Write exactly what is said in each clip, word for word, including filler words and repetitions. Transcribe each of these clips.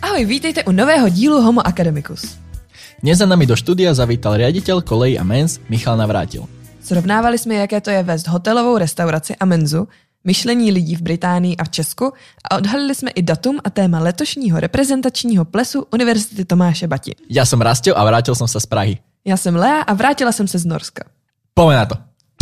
Ahoj, vítejte u nového dílu Homo Academicus. Dnes za nami do štúdia zavítal riaditeľ Kolejí a Menz Michal Navrátil. Srovnávali jsme, jaké to je vést hotelovou restauraci a menzu, myšlení lidí v Británii a v Česku a odhalili jsme i datum a téma letošního reprezentačního plesu Univerzity Tomáše Bati. Ja som Rastel a vrátil som sa z Prahy. Já jsem Lea a vrátila jsem se z Norska. Poďme na to.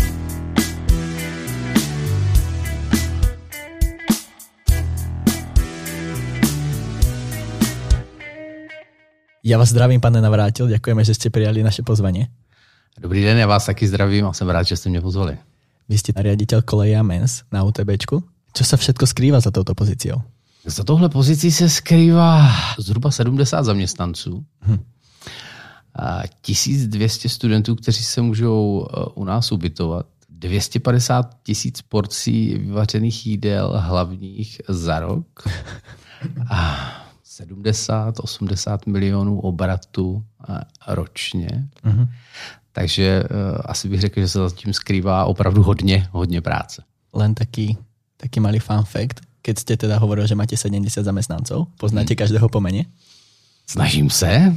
Ja vás zdravím, pane Navrátil, ďakujeme, že ste prijali naše pozvanie. Dobrý den, já vás taky zdravím a jsem rád, že jste mě pozvali. Vy ste riaditeľ Kolejí a Menz na UTBčku. Čo sa všetko skrýva za touto pozíciou? Za tohle pozicí se skrývá zhruba sedmdesát zaměstnanců. Hm. A tisíc dvě stě studentů, kteří se můžou u nás ubytovat. dvě stě padesát tisíc porcí vyvařených jídel hlavních za rok. A sedmdesát osmdesát milionů obratu ročně. Mm-hmm. Takže uh, asi bych řekl, že se za tím skrývá opravdu hodně, hodně práce. Len taký, taký malý fun fact. Keď ste teda hovoril, že máte sedemdesiat zamestnancov, poznáte hmm. každého po mene? Snažím se.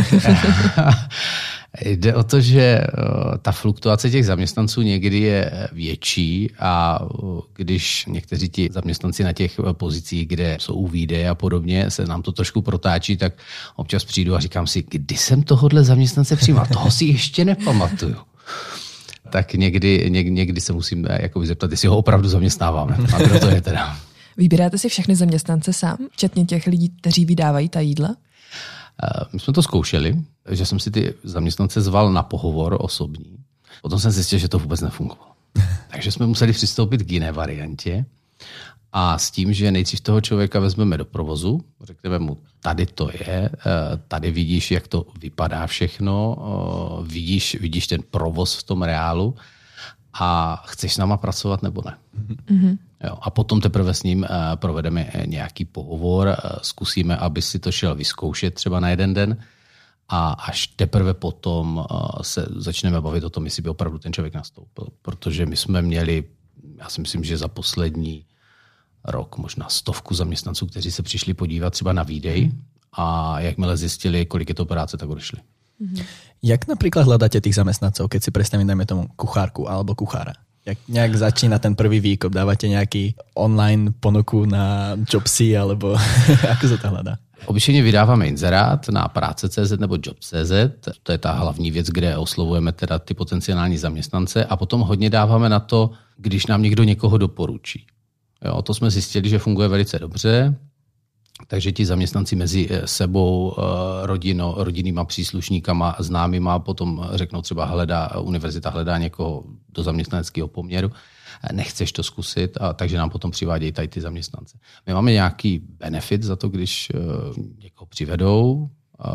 Jde o to, že ta fluktuace těch zaměstnanců někdy je větší a když někteří ti zaměstnanci na těch pozicích, kde jsou výdeje a podobně, se nám to trošku protáčí, tak občas přijdu a říkám si, kdy jsem tohodle zaměstnance přijímal, toho si ještě nepamatuju. Tak někdy, někdy, někdy se musím jakoby zeptat, jestli ho opravdu zaměstnáváme. A kdo to je teda? Vybíráte si všechny zaměstnance sám, včetně těch lidí, kteří vydávají ta jídla? My jsme to zkoušeli, že jsem si ty zaměstnance zval na pohovor osobní. Potom jsem zjistil, že to vůbec nefungovalo. Takže jsme museli přistoupit k jiné variantě a s tím, že nejdřív toho člověka vezmeme do provozu, řekneme mu, tady to je, tady vidíš, jak to vypadá všechno, vidíš, vidíš ten provoz v tom reálu a chceš s náma pracovat nebo ne. Mm-hmm. Jo, a potom teprve s ním uh, provedeme nějaký pohovor, uh, zkusíme, aby si to šel vyzkoušet třeba na jeden den a až teprve potom uh, se začneme bavit o tom, jestli by opravdu ten člověk nastoupil. Protože my jsme měli, já si myslím, že za poslední rok možná stovku zaměstnanců, kteří se přišli podívat třeba na výdej a jakmile zjistili, kolik je to práce, tak odešli. Mm-hmm. Jak napríklad hľadáte tých zamestnancov, keď si predstavím, dajme tomu kuchárku alebo kuchára? Jak nejak začína ten prvý výkop? Dávate nejaký online ponuku na Jobsy, alebo ako sa to hľadá? Obyčejně vydáváme inzerát na práce tečka cé zet nebo job tečka cé zet. To je ta hlavní věc, kde oslovujeme teda ty potenciální zaměstnance a potom hodně dáváme na to, když nám někdo někoho doporučí. Jo, to jsme zjistili, že funguje velice dobře. Takže ti zaměstnanci mezi sebou, rodino, rodinnýma příslušníkama, známýma, potom řeknou třeba hledá, univerzita hledá někoho do zaměstnaneckého poměru, nechceš to zkusit, a takže nám potom přivádějí tady ty zaměstnance. My máme nějaký benefit za to, když někoho přivedou,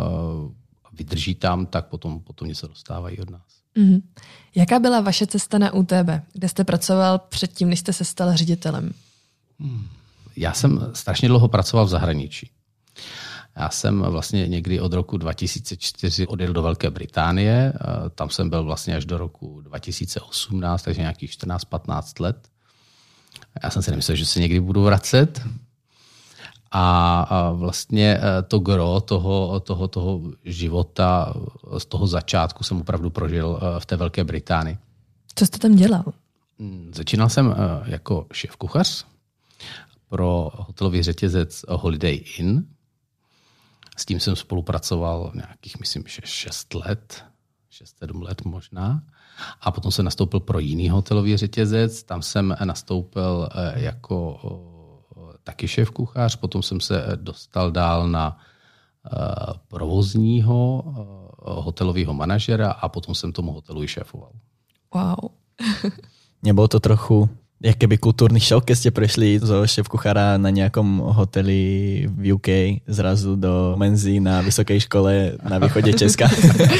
vydrží tam, tak potom, potom něco dostávají od nás. Mm-hmm. Jaká byla vaše cesta na ú té bé? Kde jste pracoval předtím, než jste se stal ředitelem? Hmm. Já jsem strašně dlouho pracoval v zahraničí. Já jsem vlastně někdy od roku dva tisíce čtyři odjel do Velké Británie, tam jsem byl vlastně až do roku dva tisíce osmnáct, takže nějakých čtrnáct patnáct let. Já jsem si nemyslel, že se někdy budu vracet. A vlastně to gro toho, toho, toho života, z toho začátku jsem opravdu prožil v té Velké Británii. Co jste tam dělal? Začínal jsem jako šéfkuchař pro hotelový řetězec Holiday Inn. S tím jsem spolupracoval nějakých, myslím, šest let, šest sedm let možná. A potom jsem nastoupil pro jiný hotelový řetězec. Tam jsem nastoupil jako taky šéfkuchař. Potom jsem se dostal dál na provozního hotelového manažera a potom jsem tomu hotelu i šéfoval. Wow. Nebolo to trochu jak keby kultúrny šok, keď ste prešli zo šéfkuchára na nejakom hoteli v ú ká zrazu do menzy na vysokej škole na východe Česka?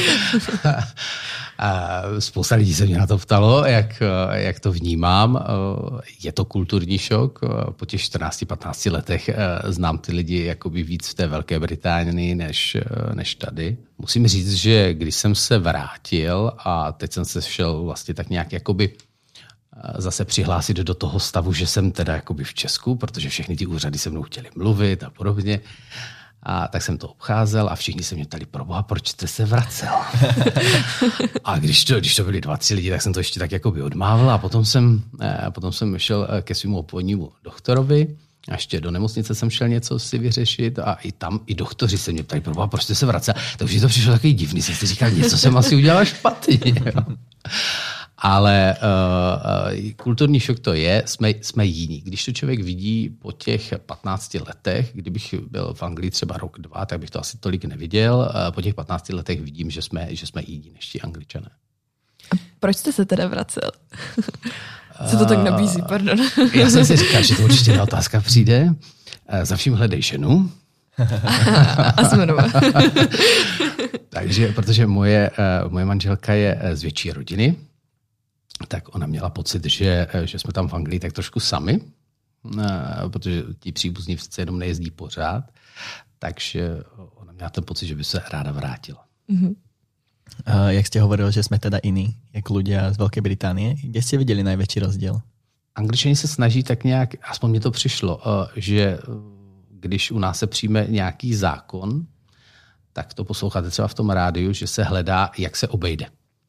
A spousta lidí se mě na to ptalo, jak, jak to vnímám. Je to kulturní šok. Po těch čtrnácti patnácti letech znám ty lidi jakoby víc v té Velké Británii než, než tady. Musím říct, že když jsem se vrátil a teď jsem se šel vlastně tak nějak jakoby zase přihlásit do toho stavu, že jsem teda jakoby v Česku, protože všechny ty úřady se mnou chtěli mluvit a podobně. A tak jsem to obcházel a všichni se mě ptali, proboha, proč jste se vracel? A když to, když to byli dva, tři lidi, tak jsem to ještě tak jakoby odmával a potom jsem, potom jsem šel ke svému obvodnímu doktorovi a ještě do nemocnice jsem šel něco si vyřešit a i tam, i doktoři se mě ptali, proboha, proč jste se vracel? Tak už to přišlo takový divný, jsem si říkal, něco jsem asi udělal špatně. Ale uh, kulturní šok to je, jsme, jsme jiní. Když to člověk vidí po těch patnácti letech, kdybych byl v Anglii třeba rok, dva, tak bych to asi tolik neviděl. Uh, po těch patnácti letech vidím, že jsme, že jsme jiní než ti Angličané. A proč jste se teda vracel? Co to tak nabízí, pardon. Já jsem si říkal, že to určitě ta otázka přijde. Uh, za vším hledej ženu. A jsme doma. Takže, protože moje, uh, moje manželka je z větší rodiny, tak ona měla pocit, že, že jsme tam v Anglii tak trošku sami, protože ti příbuzní přece jenom nejezdí pořád, takže ona měla ten pocit, že by se ráda vrátila. Mm-hmm. Uh, jak jste hovoril, že jsme teda jiní, jak ľudia z Velké Británie, kde jste viděli největší rozdíl? Angličani se snaží tak nějak, aspoň mně to přišlo, že když u nás se přijme nějaký zákon, tak to posloucháte třeba v tom rádiu, že se hledá, jak se obejde.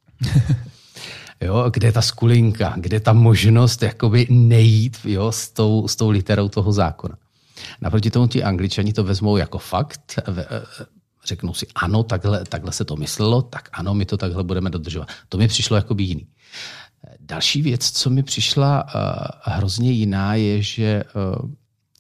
Jo, kde je ta skulinka, kde je ta možnost jakoby nejít, jo, s, tou, s tou literou toho zákona. Naproti tomu ti Angličani to vezmou jako fakt, řeknou si ano, takhle, takhle se to myslelo, tak ano, my to takhle budeme dodržovat. To mi přišlo jakoby jiný. Další věc, co mi přišla uh, hrozně jiná, je, že uh,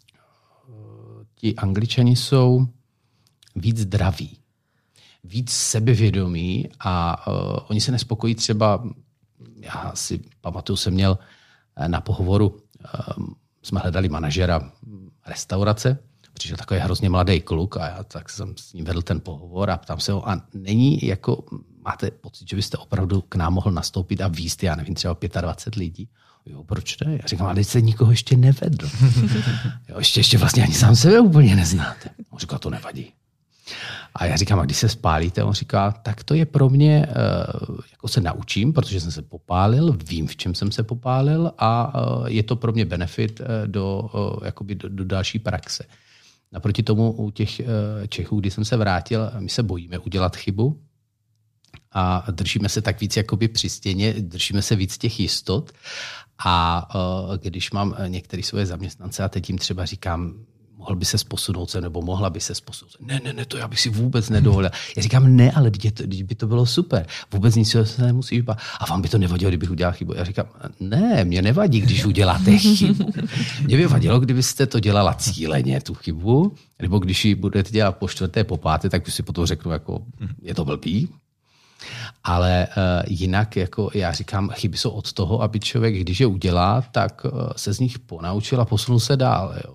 ti Angličani jsou víc zdraví, víc sebevědomí a uh, oni se nespokojí třeba. Já si pamatuju, jsem měl na pohovoru, jsme hledali manažera restaurace, přišel takový hrozně mladý kluk a já tak jsem s ním vedl ten pohovor a ptám se ho, a není jako, máte pocit, že byste opravdu k nám mohl nastoupit a víst, já nevím, třeba dvacet pět lidí? Jo, proč ne? Já říkám, ale teď se nikoho ještě nevedl. Jo, ještě, ještě vlastně ani sám sebe úplně neznáte. On říká, to nevadí. A já říkám, a když se spálíte? On říká, tak to je pro mě, jako se naučím, protože jsem se popálil, vím, v čem jsem se popálil a je to pro mě benefit do, jakoby do, do další praxe. Naproti tomu u těch Čechů, když jsem se vrátil, my se bojíme udělat chybu a držíme se tak víc jakoby při stěně, držíme se víc těch jistot a když mám některé svoje zaměstnance a teď jim třeba říkám, mohl by se posunout se, nebo mohla by se posunout. Ne, ne, ne, to já bych si vůbec nedovolil. Já říkám, ne, ale když by to bylo super. Vůbec nic se nemusíš bát. A vám by to nevadilo, kdybych udělal chybu. Já říkám, ne, mě nevadí, když uděláte chybu. Mě by vadilo, kdybyste to dělala cíleně, tu chybu, nebo když ji budete dělat po čtvrté, po páté, tak si potom řeknu, jako, je to blbý. Ale uh, jinak, jako já říkám, chyby jsou od toho, aby člověk, když je udělá, tak uh, se z nich ponaučil a posunul se dál. Jo.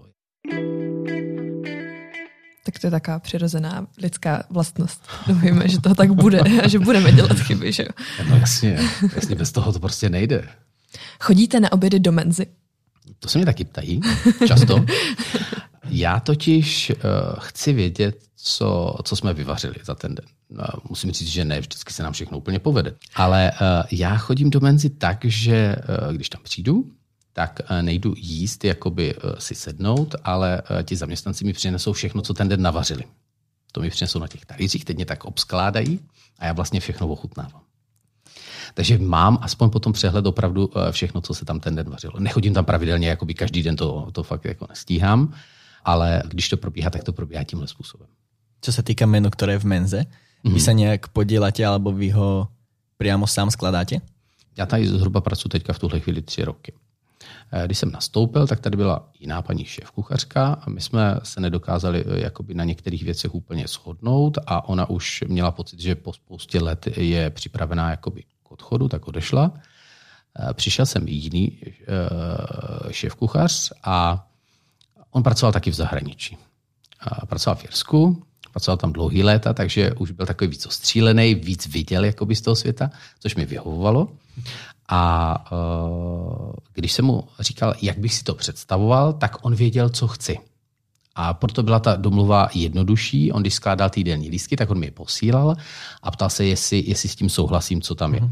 Tak to je taková přirozená lidská vlastnost. Doufejme, že to tak bude a že budeme dělat chyby, že jo? No jasně, jasně, bez toho to prostě nejde. Chodíte na obědy do Menzy? To se mě taky ptají, často. Já totiž uh, chci vědět, co, co jsme vyvařili za ten den. Uh, musím říct, že ne, vždycky se nám všechno úplně povede. Ale uh, já chodím do Menzy tak, že uh, když tam přijdu, tak nejdu jíst, jakoby si sednout, ale ti zaměstnanci mi přinesou všechno, co ten den navařili. To mi přinesou na těch talířích, teď mě tak obskládají a já vlastně všechno ochutnávám. Takže mám aspoň potom přehled opravdu všechno, co se tam ten den vařilo. Nechodím tam pravidelně, jakoby každý den to, to fakt jako nestíhám, ale když to probíhá, tak to probíhá tímhle způsobem. Co se týká menu, které je v Menze, mm-hmm. vy se nějak podíláte, alebo vy ho priamo sám skladáte? Já tady zhruba pracuji teďka v tuhle chvíli tři roky. Když jsem nastoupil, tak tady byla jiná paní šéfkuchařka a my jsme se nedokázali jakoby na některých věcech úplně shodnout a ona už měla pocit, že po spoustě let je připravená jakoby k odchodu, tak odešla. Přišel jsem jiný šéfkuchař a on pracoval taky v zahraničí. Pracoval v Jirsku, pracoval tam dlouhý léta, takže už byl takový víc ostřílený, víc viděl jakoby z toho světa, což mi vyhovovalo. A uh, když jsem mu říkal, jak bych si to představoval, tak on věděl, co chci. A proto byla ta domluva jednodušší. On, když skládal týdenní lístky, tak on mi je posílal a ptal se, jestli, jestli s tím souhlasím, co tam je. Mm.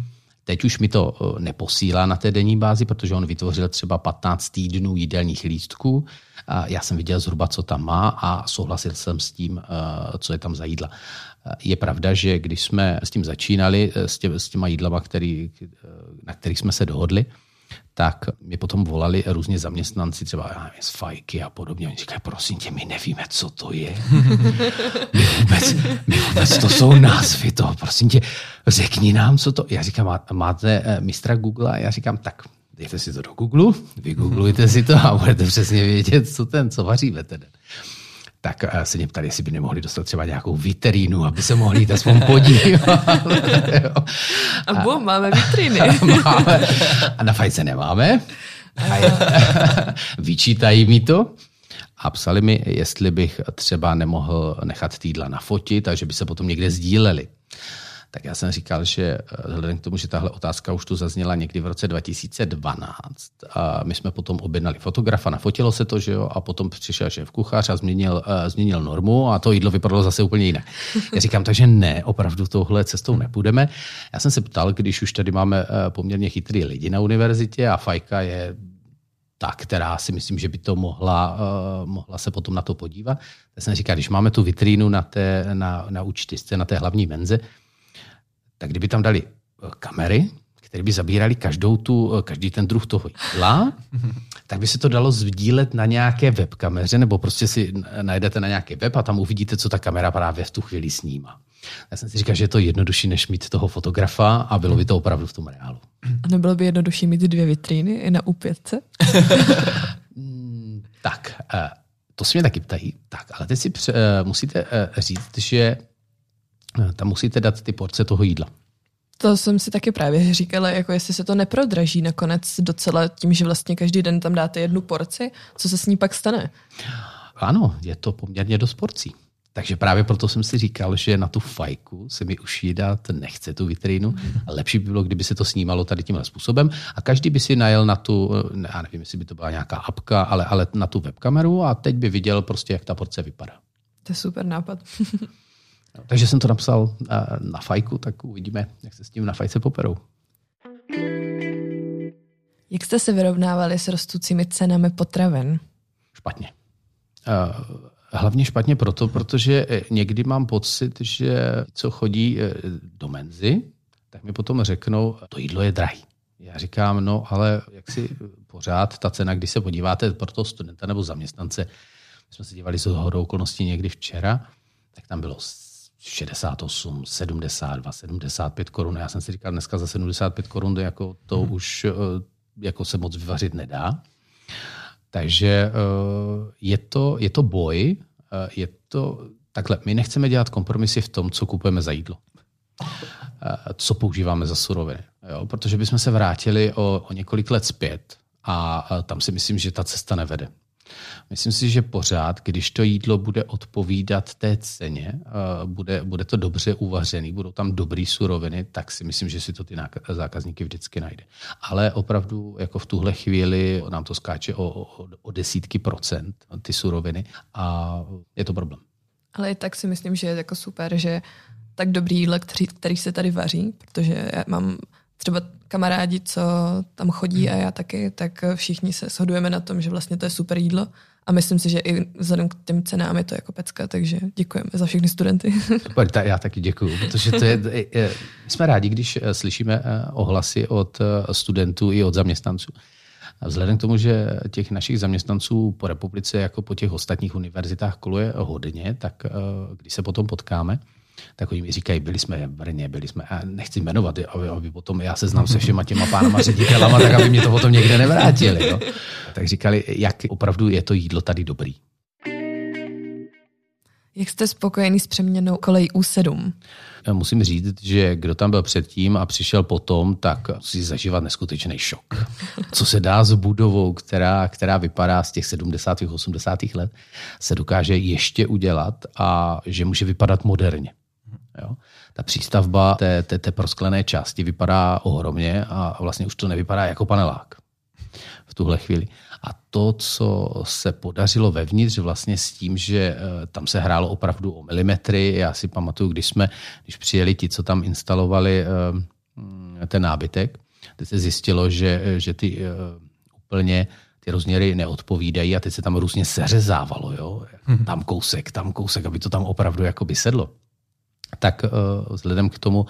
Teď už mi to neposílá na té denní bázi, protože on vytvořil třeba patnáct týdnů jídelních lístků. Já jsem viděl zhruba, co tam má a souhlasil jsem s tím, co je tam za jídla. Je pravda, že když jsme s tím začínali, s, tě, s těma jídlama, který, na kterých jsme se dohodli, tak mi potom volali různě zaměstnanci, třeba já nevím, z Fajky a podobně. Oni říkají, prosím tě, my nevíme, co to je. My vůbec, my vůbec to jsou názvy toho. Prosím tě, řekni nám, co to. Já říkám, máte mistra Google? A já říkám, tak dejte si to do Google, vygooglujte si to a budete přesně vědět, co ten, co vaříme tedy. Tak se mě ptali, jestli by nemohli dostat třeba nějakou vitrínu, aby se mohli jít aspoň podívat. A bum, máme vitríny. Máme. A na Fajce nemáme. Vyčítají mi to a psali mi, jestli bych třeba nemohl nechat ty jídla nafotit a že by se potom někde sdíleli. Tak já jsem říkal, že vzhledem k tomu, že tahle otázka už tu zazněla někdy v roce dva tisíce dvanáct, a my jsme potom objednali fotografa, nafotilo se to, že jo, a potom přišel šéf kuchař a změnil, uh, změnil normu a to jídlo vypadalo zase úplně jinak. Já říkám, takže ne, opravdu touhle cestou nepůjdeme. Já jsem se ptal, když už tady máme uh, poměrně chytrý lidi na univerzitě a Fajka je ta, která si myslím, že by to mohla, uh, mohla se potom na to podívat. Tak jsem říkal, když máme tu vitrínu na, té, na, na účtysce, na té hlavní menze, tak kdyby tam dali kamery, které by zabírali každou tu, každý ten druh toho jídla, tak by se to dalo sdílet na nějaké webkameře, nebo prostě si najdete na nějaký web a tam uvidíte, co ta kamera právě v tu chvíli snímá. Já jsem si říkal, že je to jednodušší, než mít toho fotografa a bylo by to opravdu v tom reálu. A nebylo by jednodušší mít dvě vitríny i na U pět? Tak, to si mě taky ptají. Tak, ale teď si musíte říct, že tam musíte dát ty porce toho jídla. To jsem si taky právě říkala, jako jestli se to neprodraží nakonec docela tím, že vlastně každý den tam dáte jednu porci, co se s ní pak stane? Ano, je to poměrně dost porcí. Takže právě proto jsem si říkal, že na tu Fajku se mi už jídat nechce tu vitrínu. Mm. A lepší by bylo, kdyby se to snímalo tady tímhle způsobem a každý by si najel na tu, já nevím, jestli by to byla nějaká apka, ale, ale na tu webkameru a teď by viděl prostě, jak ta porce vypadá. To je super nápad. No, takže jsem to napsal na Fajku, tak uvidíme, jak se s tím na Fajce poperou. Jak jste se vyrovnávali s rostoucími cenami potravin? Špatně. Hlavně špatně proto, protože někdy mám pocit, že co chodí do menzy, tak mi potom řeknou, to jídlo je drahý. Já říkám, no ale jak si pořád ta cena, když se podíváte pro toho studenta nebo zaměstnance, my jsme se dívali z hodou okolností někdy včera, tak tam bylo šedesát osm, sedmdesát dva, sedmdesát pět korun. Já jsem si říkal, dneska za sedmdesát pět korun jako to hmm. už jako se moc vyvařit nedá. Takže je to, je to boj, je to takhle. My nechceme dělat kompromisy v tom, co kupujeme za jídlo, co používáme za suroviny. Jo? Protože bychom se vrátili o, o několik let zpět a tam si myslím, že ta cesta nevede. Myslím si, že pořád, když to jídlo bude odpovídat té ceně, bude, bude to dobře uvařený, budou tam dobrý suroviny, tak si myslím, že si to ty zákazníky vždycky najde. Ale opravdu jako v tuhle chvíli nám to skáče o, o, o desítky procent ty suroviny a je to problém. Ale i tak si myslím, že je jako super, že tak dobrý jídlo, který, který se tady vaří, protože já mám třeba kamarádi, co tam chodí a já taky, tak všichni se shodujeme na tom, že vlastně to je super jídlo a myslím si, že i vzhledem k těm cenám je to jako pecka, takže děkujeme za všechny studenty. Super, já taky děkuju, protože to je, my jsme rádi, když slyšíme ohlasy od studentů i od zaměstnanců. Vzhledem k tomu, že těch našich zaměstnanců po republice jako po těch ostatních univerzitách koluje hodně, tak když se potom potkáme, tak oni mi říkají, byli jsme v Brně, byli jsme, a nechci jmenovat, aby, aby potom já se znám se všema těma pánama ředitelama, tak aby mě to potom někde nevrátili. No. Tak říkali, jak opravdu je to jídlo tady dobrý. Jak jste spokojený s přeměnou kolejí U sedm? Musím říct, že kdo tam byl předtím a přišel potom, tak musí zažívat neskutečný šok. Co se dá s budovou, která, která vypadá z těch sedmdesátých, osmdesátých let, se dokáže ještě udělat a že může vypadat moderně. Jo? Ta přístavba té, té, té prosklené části vypadá ohromně a vlastně už to nevypadá jako panelák v tuhle chvíli. A to, co se podařilo vevnitř vlastně s tím, že tam se hrálo opravdu o milimetry. Já si pamatuju, když jsme, když přijeli ti, co tam instalovali ten nábytek. Teď se zjistilo, že, že ty uh, úplně ty rozměry neodpovídají a teď se tam různě seřezávalo. Jo? Hmm. Tam kousek, tam kousek, aby to tam opravdu jakoby sedlo. Tak uh, vzhledem k tomu, uh,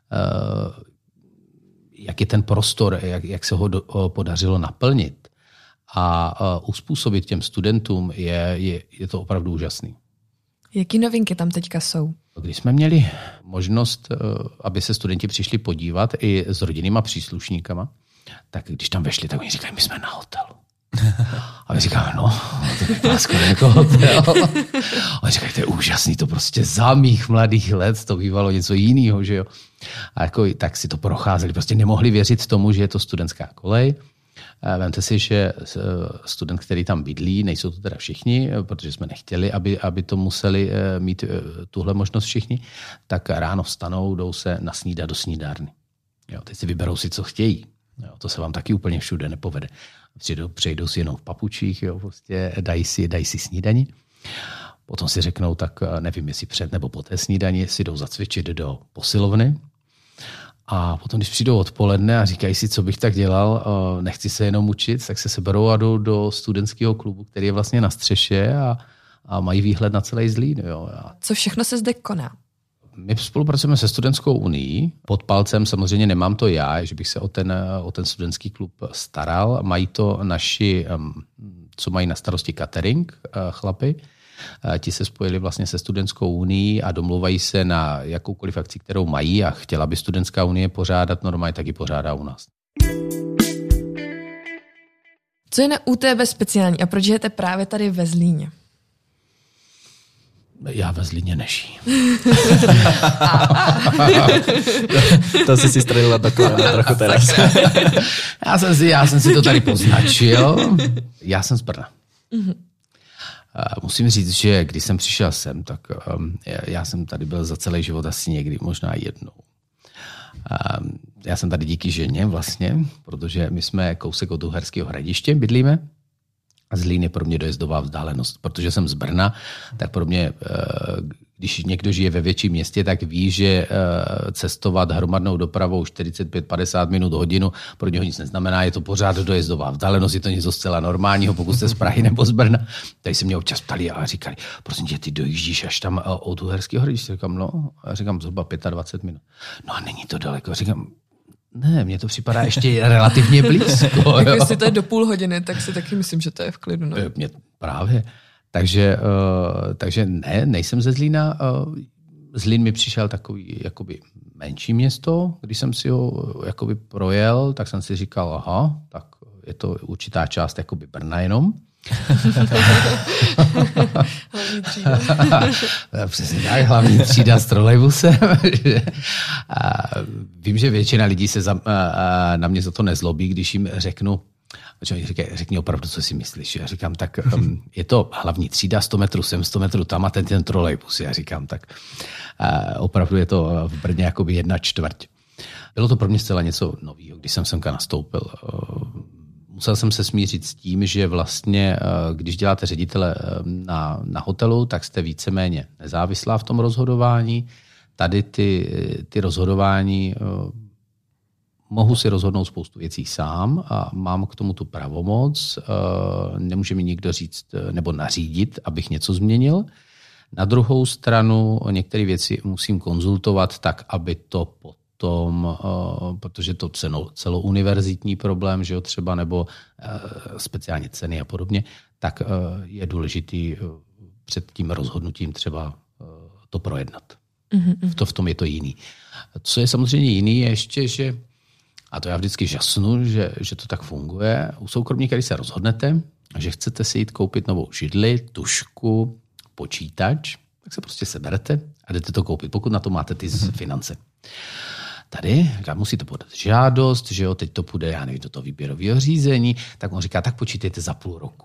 jak je ten prostor, jak, jak se ho do, uh, podařilo naplnit a uh, uspůsobit těm studentům, je, je, je to opravdu úžasný. Jaký novinky tam teďka jsou? Když jsme měli možnost, aby se studenti přišli podívat i s rodinnýma příslušníkama, tak když tam vešli, tak oni říkají, my jsme na hotelu. A my říkáme, no, to vypadá skoro jako hotel. A oni říkají, to je úžasný, to prostě za mých mladých let to bývalo něco jiného, že jo. A jako, tak si to procházeli, prostě nemohli věřit tomu, že je to studentská kolej. Vemte si, že student, který tam bydlí, nejsou to teda všichni, protože jsme nechtěli, aby, aby to museli mít tuhle možnost všichni, tak ráno vstanou, jdou se nasnídat do snídárny. Jo, teď si vyberou si, co chtějí. Jo, to se vám taky úplně všude nepovede. Přijdou, přejdou si jenom v papučích, jo, prostě dají si, dají si snídani. Potom si řeknou, tak nevím, jestli před nebo po té snídani si jdou zacvičit do posilovny. A potom, když přijdou odpoledne a říkají si, co bych tak dělal, nechci se jenom učit, tak se seberou a jdou do studentského klubu, který je vlastně na střeše a, a mají výhled na celý Zlín. Jo. Co všechno se zde koná? My spolupracujeme se Studentskou unií. Pod palcem samozřejmě nemám to já, že bych se o ten, o ten studentský klub staral. Mají to naši, co mají na starosti catering, chlapi. Ti se spojili vlastně se Studentskou unií a domluvají se na jakoukoliv akci, kterou mají a chtěla by Studentská unie pořádat, normálně taky pořádá u nás. Co je na ú té bé speciální a proč žijete právě tady ve Zlíně? Já ve Zlíně nežiju. To jsi si střelila do kolena trochu teraz. já, jsem si, já jsem si to tady poznačil. Já jsem z Brna. Mm-hmm. Musím říct, že když jsem přišel sem, tak um, já jsem tady byl za celý život asi někdy, možná jednou. Um, já jsem tady díky ženě vlastně, protože my jsme kousek od Uherského Hradiště bydlíme. A Zlín je pro mě dojezdová vzdálenost. Protože jsem z Brna, tak pro mě, když někdo žije ve větším městě, tak ví, že cestovat hromadnou dopravou čtyřicet pět padesát minut, hodinu, pro něho nic neznamená, je to pořád dojezdová vzdálenost, je to něco zcela normálního, pokud jste z Prahy nebo z Brna. Tady se mě občas ptali a říkali, prosím tě, ty dojíždíš až tam od Uherského Hradiště. Říkám, no, a říkám zhruba dvacet pět minut. No a není to daleko. Říkám, ne, mně to připadá ještě relativně blízko. Tak jestli to je do půl hodiny, tak si taky myslím, že to je v klidu. No. Mě právě. Takže, uh, takže ne, nejsem ze Zlína. Uh, Zlín mi přišel takový jakoby menší město. Když jsem si ho jakoby projel, tak jsem si říkal, aha, tak je to určitá část jakoby Brna jenom. Hlavní třída. Přesně tak, hlavní třída s trolejbusem. Vím, že většina lidí se za, na mě za to nezlobí, když jim řeknu, oni říkají, řekni opravdu, co si myslíš. Já říkám, tak um, je to hlavní třída, sto metrů sem, sto metrů tam a ten, ten trolejbus. Já říkám, tak uh, opravdu je to v Brně jakoby jedna čtvrť. Bylo to pro mě zcela něco nového, když jsem semka nastoupil. Uh, Musel jsem se smířit s tím, že vlastně, když děláte ředitele na, na hotelu, tak jste víceméně nezávislá v tom rozhodování. Tady ty, ty rozhodování mohu si rozhodnout spoustu věcí sám a mám k tomu tu pravomoc. Nemůže mi nikdo říct nebo nařídit, abych něco změnil. Na druhou stranu některé věci musím konzultovat tak, aby to potom tom, protože to celo, celouniverzitní problém, že jo, třeba, nebo speciálně ceny a podobně, tak je důležitý před tím rozhodnutím třeba to projednat. Mm-hmm. To v tom je to jiný. Co je samozřejmě jiný, je ještě, že, a to já vždycky žasnu, že, že to tak funguje, u soukromníka, když se rozhodnete, že chcete si jít koupit novou židli, tužku, počítač, tak se prostě seberete a jdete to koupit, pokud na to máte ty mm-hmm. finance. Tady musíte podat žádost, že jo, teď to půjde, já nevím, do toho výběrového řízení, tak on říká, tak počítejte za půl roku.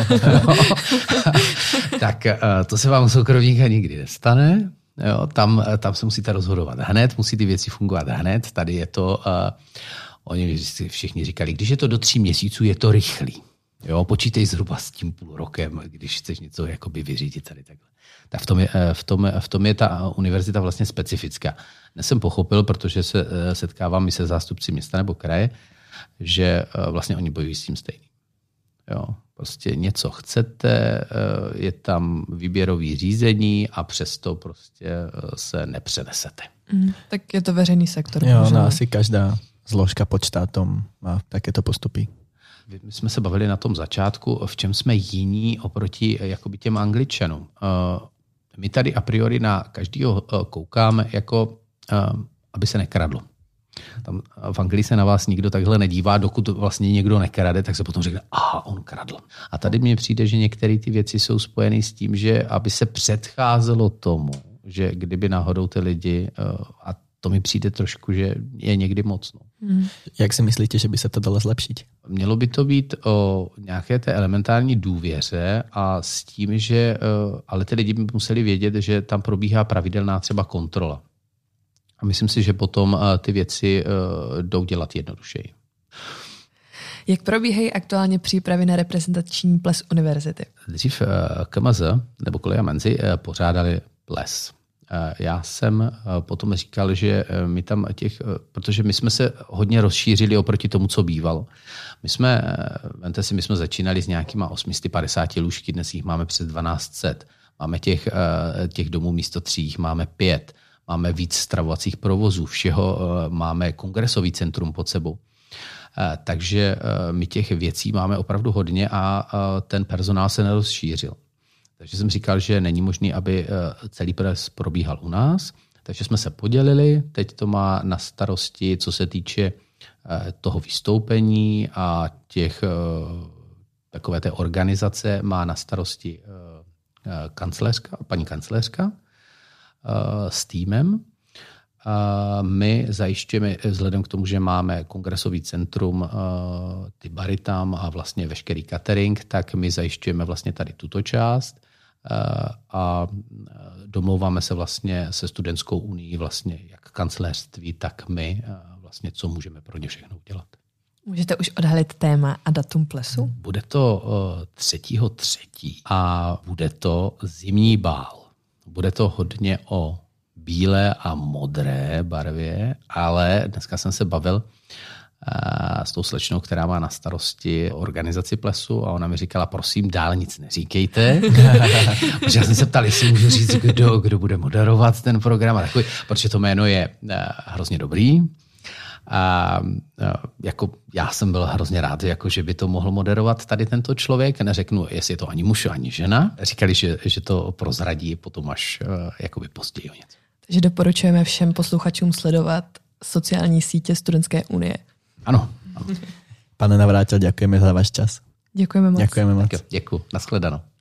Tak to se vám u soukromníka nikdy nestane. Jo, tam, tam se musíte rozhodovat hned, musí ty věci fungovat hned. Tady je to, uh, oni všichni říkali, když je to do tří měsíců, je to rychlý. Jo, počítej zhruba s tím půl rokem, když chceš něco jakoby vyřídit tady takhle. Tak v tom, je, v, tom, v tom je ta univerzita vlastně specifická. Dnes jsem pochopil, protože se setkávám i se zástupci města nebo kraje, že vlastně oni bojují s tím stejným. Jo, prostě něco chcete, je tam výběrový řízení a přesto prostě se nepřenesete. Mm, tak je to veřejný sektor. Jo, no asi každá zložka pod štátom má takéto postupy. My jsme se bavili na tom začátku, v čem jsme jiní oproti jakoby těm Angličanům. My tady a priori na každého koukáme, jako aby se nekradlo. Tam v Anglii se na vás nikdo takhle nedívá, dokud vlastně někdo nekrade, tak se potom řekne, aha, on kradl. A tady mně přijde, že některé ty věci jsou spojené s tím, že aby se předcházelo tomu, že kdyby náhodou ty lidi, a to mi přijde trošku, že je někdy moc. No. Hmm. Jak si myslíte, že by se to dalo zlepšit? Mělo by to být o nějaké té elementární důvěře a s tím, že ale ty lidi by museli vědět, že tam probíhá pravidelná třeba kontrola. A myslím si, že potom ty věci jdou dělat jednodušeji. Jak probíhají aktuálně přípravy na reprezentační ples univerzity? Dřív K M Z nebo Koleje Menzy pořádali ples. Já jsem potom říkal, že my tam těch, protože my jsme se hodně rozšířili oproti tomu, co bývalo. My jsme, vemte si, my jsme začínali s nějakýma osm set padesáti lůžky, dnes jich máme přes dvanáct set. Máme těch, těch domů místo tří, máme pět. Máme víc stravovacích provozů, všeho, máme kongresový centrum pod sebou. Takže my těch věcí máme opravdu hodně a ten personál se nerozšířil. Takže jsem říkal, že není možné, aby celý ples probíhal u nás. Takže jsme se podělili. Teď to má na starosti, co se týče toho vystoupení a těch, takové té organizace, má na starosti kancléřka, paní kancléřka s týmem. My zajišťujeme, vzhledem k tomu, že máme kongresový centrum, ty bary tam a vlastně veškerý catering, tak my zajišťujeme vlastně tady tuto část a domlouváme se vlastně se studentskou unii vlastně jak kancléřství, tak my vlastně, co můžeme pro ně všechno udělat. Můžete už odhalit téma a datum plesu? Bude to třetího třetího a bude to zimní bál. Bude to hodně o bílé a modré barvě, ale dneska jsem se bavil s tou slečnou, která má na starosti organizaci plesu a ona mi říkala, prosím, dál nic neříkejte. Protože já jsem se ptal, jestli můžu říct, kdo, kdo bude moderovat ten program. A takový, protože to jméno je hrozně dobrý. A jako já jsem byl hrozně rád, jako, že by to mohl moderovat tady tento člověk. Neřeknu, jestli je to ani muž, ani žena. Říkali, že, že to prozradí potom až jakoby později o něco. Takže doporučujeme všem posluchačům sledovat sociální sítě Studentské unie. Ano. ano. Pane Navrátil, děkujeme za váš čas. Děkujeme moc. Děkujeme moc. Děkuji. Nashledanou.